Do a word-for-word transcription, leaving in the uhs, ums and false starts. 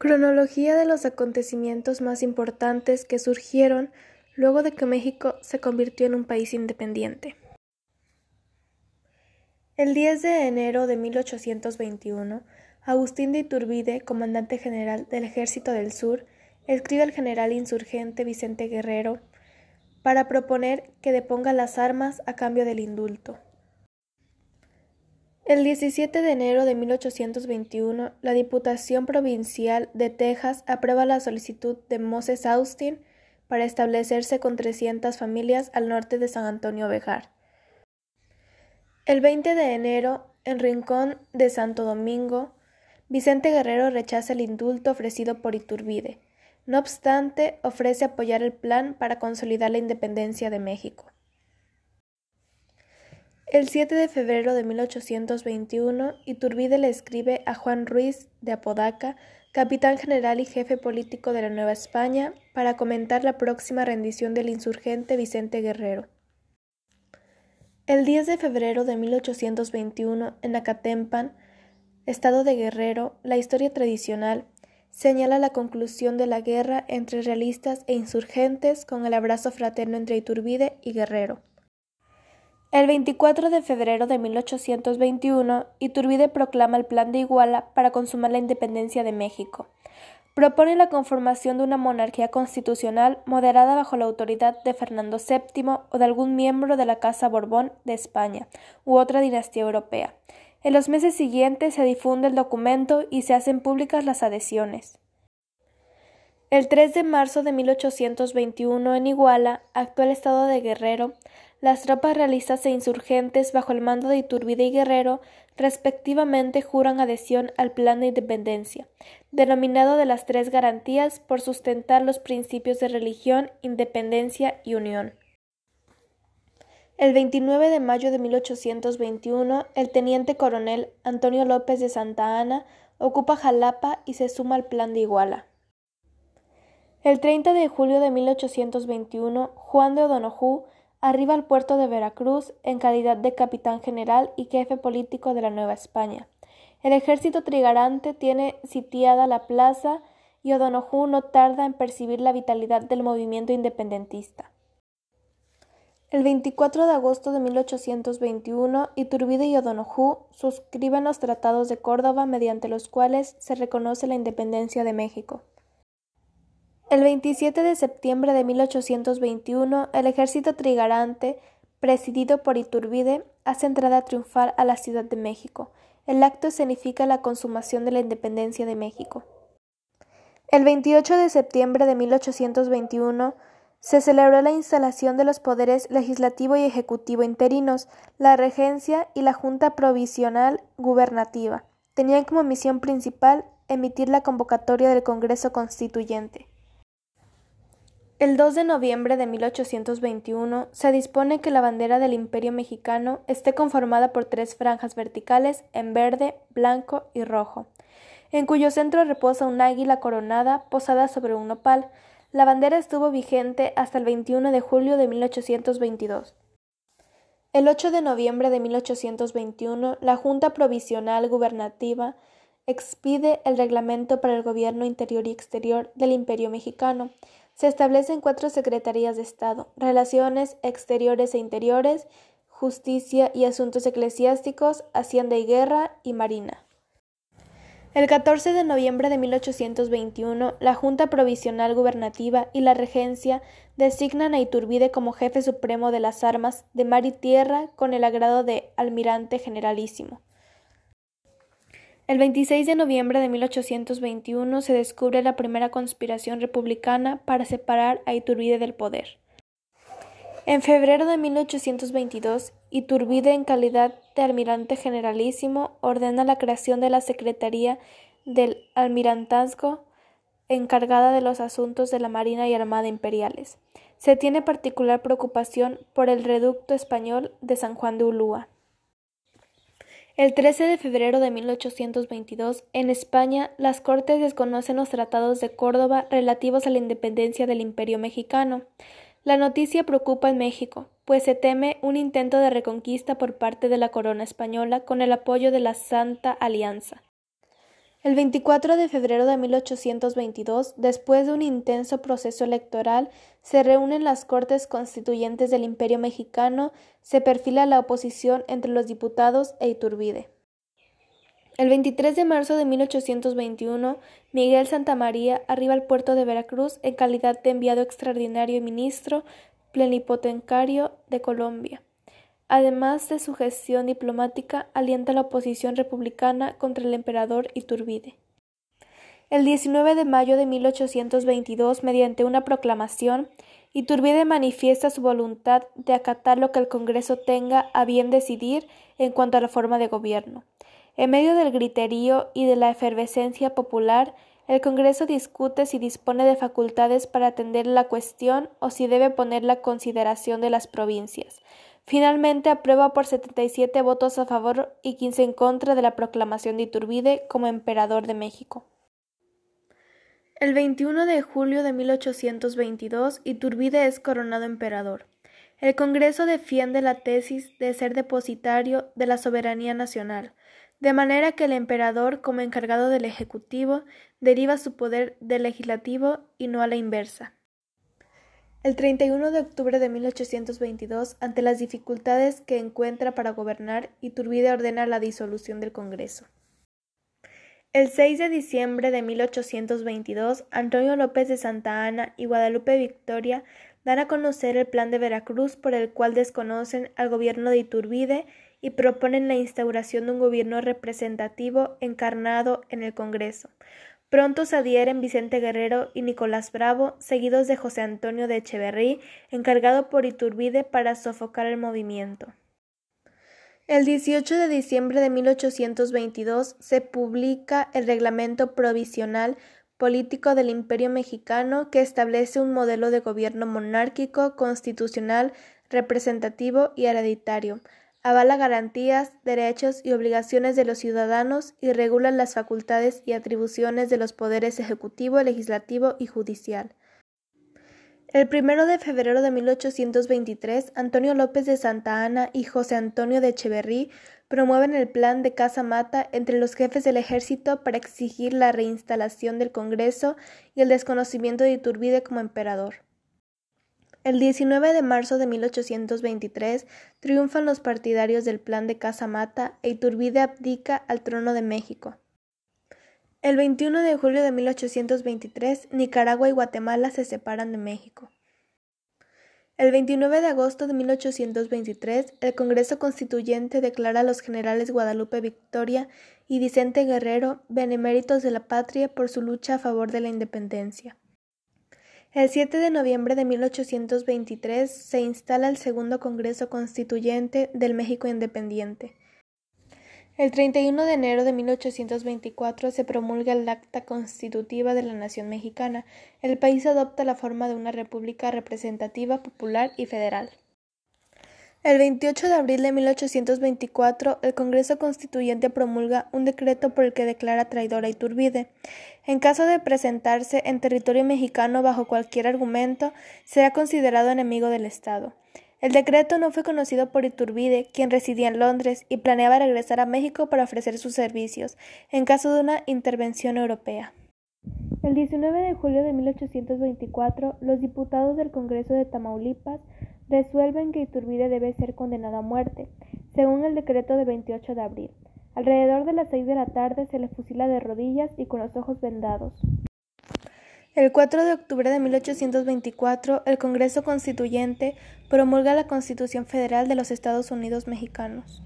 Cronología de los acontecimientos más importantes que surgieron luego de que México se convirtió en un país independiente. El diez de enero de mil ochocientos veintiuno, Agustín de Iturbide, comandante general del Ejército del Sur, escribe al general insurgente Vicente Guerrero para proponer que deponga las armas a cambio del indulto. El diecisiete de enero de mil ochocientos veintiuno, la Diputación Provincial de Texas aprueba la solicitud de Moses Austin para establecerse con trescientas familias al norte de San Antonio Béjar. El veinte de enero, en Rincón de Santo Domingo, Vicente Guerrero rechaza el indulto ofrecido por Iturbide. No obstante, ofrece apoyar el plan para consolidar la independencia de México. El siete de febrero de mil ochocientos veintiuno, Iturbide le escribe a Juan Ruiz de Apodaca, capitán general y jefe político de la Nueva España, para comentar la próxima rendición del insurgente Vicente Guerrero. El diez de febrero de mil ochocientos veintiuno, en Acatempan, estado de Guerrero, la historia tradicional señala la conclusión de la guerra entre realistas e insurgentes con el abrazo fraterno entre Iturbide y Guerrero. El veinticuatro de febrero de mil ochocientos veintiuno, Iturbide proclama el Plan de Iguala para consumar la independencia de México. Propone la conformación de una monarquía constitucional moderada bajo la autoridad de Fernando séptimo o de algún miembro de la Casa Borbón de España u otra dinastía europea. En los meses siguientes se difunde el documento y se hacen públicas las adhesiones. El tres de marzo de mil ochocientos veintiuno, en Iguala, actual estado de Guerrero, las tropas realistas e insurgentes bajo el mando de Iturbide y Guerrero respectivamente juran adhesión al Plan de Independencia, denominado de las Tres Garantías por sustentar los principios de religión, independencia y unión. El veintinueve de mayo de mil ochocientos veintiuno, el teniente coronel Antonio López de Santa Anna ocupa Jalapa y se suma al Plan de Iguala. El treinta de julio de mil ochocientos veintiuno, Juan de O'Donojú arriba al puerto de Veracruz en calidad de capitán general y jefe político de la Nueva España. El ejército trigarante tiene sitiada la plaza y O'Donojú no tarda en percibir la vitalidad del movimiento independentista. El veinticuatro de agosto de mil ochocientos veintiuno, Iturbide y O'Donojú suscriben los tratados de Córdoba mediante los cuales se reconoce la independencia de México. El veintisiete de septiembre de mil ochocientos veintiuno, el ejército trigarante, presidido por Iturbide, hace entrada triunfal a la Ciudad de México. El acto escenifica la consumación de la independencia de México. El veintiocho de septiembre de mil ochocientos veintiuno se celebró la instalación de los poderes legislativo y ejecutivo interinos, la regencia y la Junta Provisional Gubernativa. Tenían como misión principal emitir la convocatoria del Congreso Constituyente. El dos de noviembre de mil ochocientos veintiuno se dispone que la bandera del Imperio Mexicano esté conformada por tres franjas verticales en verde, blanco y rojo, en cuyo centro reposa un águila coronada posada sobre un nopal. La bandera estuvo vigente hasta el veintiuno de julio de mil ochocientos veintidós. El ocho de noviembre de mil ochocientos veintiuno, la Junta Provisional Gubernativa expide el reglamento para el gobierno interior y exterior del Imperio Mexicano. Se establecen cuatro secretarías de Estado: Relaciones Exteriores e Interiores, Justicia y Asuntos Eclesiásticos, Hacienda y Guerra y Marina. El catorce de noviembre de mil ochocientos veintiuno, la Junta Provisional Gubernativa y la Regencia designan a Iturbide como jefe supremo de las armas de mar y tierra con el agrado de almirante generalísimo. El veintiséis de noviembre de mil ochocientos veintiuno se descubre la primera conspiración republicana para separar a Iturbide del poder. En febrero de mil ochocientos veintidós, Iturbide, en calidad de almirante generalísimo, ordena la creación de la Secretaría del Almirantazgo, encargada de los asuntos de la Marina y Armada imperiales. Se tiene particular preocupación por el reducto español de San Juan de Ulúa. El trece de febrero de mil ochocientos veintidós, en España, las Cortes desconocen los tratados de Córdoba relativos a la independencia del Imperio Mexicano. La noticia preocupa en México, pues se teme un intento de reconquista por parte de la corona española con el apoyo de la Santa Alianza. El veinticuatro de febrero de mil ochocientos veintidós, después de un intenso proceso electoral, se reúnen las Cortes Constituyentes del Imperio Mexicano, se perfila la oposición entre los diputados e Iturbide. El veintitrés de marzo de mil ochocientos veintiuno, Miguel Santamaría arriba al puerto de Veracruz en calidad de enviado extraordinario y ministro plenipotenciario de Colombia. Además de su gestión diplomática, alienta la oposición republicana contra el emperador Iturbide. El diecinueve de mayo de mil ochocientos veintidós, mediante una proclamación, Iturbide manifiesta su voluntad de acatar lo que el Congreso tenga a bien decidir en cuanto a la forma de gobierno. En medio del griterío y de la efervescencia popular, el Congreso discute si dispone de facultades para atender la cuestión o si debe ponerla a consideración de las provincias. Finalmente aprueba por setenta y siete votos a favor y quince en contra de la proclamación de Iturbide como emperador de México. El veintiuno de julio de mil ochocientos veintidós, Iturbide es coronado emperador. El Congreso defiende la tesis de ser depositario de la soberanía nacional, de manera que el emperador, como encargado del Ejecutivo, deriva su poder del Legislativo y no a la inversa. El treinta y uno de octubre de mil ochocientos veintidós, ante las dificultades que encuentra para gobernar, Iturbide ordena la disolución del Congreso. El seis de diciembre de mil ochocientos veintidós, Antonio López de Santa Anna y Guadalupe Victoria dan a conocer el plan de Veracruz por el cual desconocen al gobierno de Iturbide y proponen la instauración de un gobierno representativo encarnado en el Congreso. Pronto se adhieren Vicente Guerrero y Nicolás Bravo, seguidos de José Antonio de Echeverrí, encargado por Iturbide para sofocar el movimiento. El dieciocho de diciembre de mil ochocientos veintidós se publica el Reglamento Provisional Político del Imperio Mexicano, que establece un modelo de gobierno monárquico, constitucional, representativo y hereditario. Avala garantías, derechos y obligaciones de los ciudadanos y regula las facultades y atribuciones de los poderes ejecutivo, legislativo y judicial. El primero de febrero de mil ochocientos veintitrés, Antonio López de Santa Anna y José Antonio de Echeverrí promueven el plan de Casa Mata entre los jefes del ejército para exigir la reinstalación del Congreso y el desconocimiento de Iturbide como emperador. El diecinueve de marzo de mil ochocientos veintitrés triunfan los partidarios del plan de Casa Mata e Iturbide abdica al trono de México. El veintiuno de julio de mil ochocientos veintitrés, Nicaragua y Guatemala se separan de México. El veintinueve de agosto de mil ochocientos veintitrés, el Congreso Constituyente declara a los generales Guadalupe Victoria y Vicente Guerrero beneméritos de la patria por su lucha a favor de la independencia. El siete de noviembre de mil ochocientos veintitrés se instala el segundo Congreso Constituyente del México Independiente. El treinta y uno de enero de mil ochocientos veinticuatro se promulga el Acta Constitutiva de la Nación Mexicana. El país adopta la forma de una república representativa, popular y federal. El veintiocho de abril de mil ochocientos veinticuatro, el Congreso Constituyente promulga un decreto por el que declara traidor a Iturbide. En caso de presentarse en territorio mexicano bajo cualquier argumento, será considerado enemigo del Estado. El decreto no fue conocido por Iturbide, quien residía en Londres y planeaba regresar a México para ofrecer sus servicios, en caso de una intervención europea. El diecinueve de julio de mil ochocientos veinticuatro, los diputados del Congreso de Tamaulipas resuelven que Iturbide debe ser condenado a muerte, según el decreto de veintiocho de abril. Alrededor de las seis de la tarde se le fusila de rodillas y con los ojos vendados. El cuatro de octubre de mil ochocientos veinticuatro, el Congreso Constituyente promulga la Constitución Federal de los Estados Unidos Mexicanos.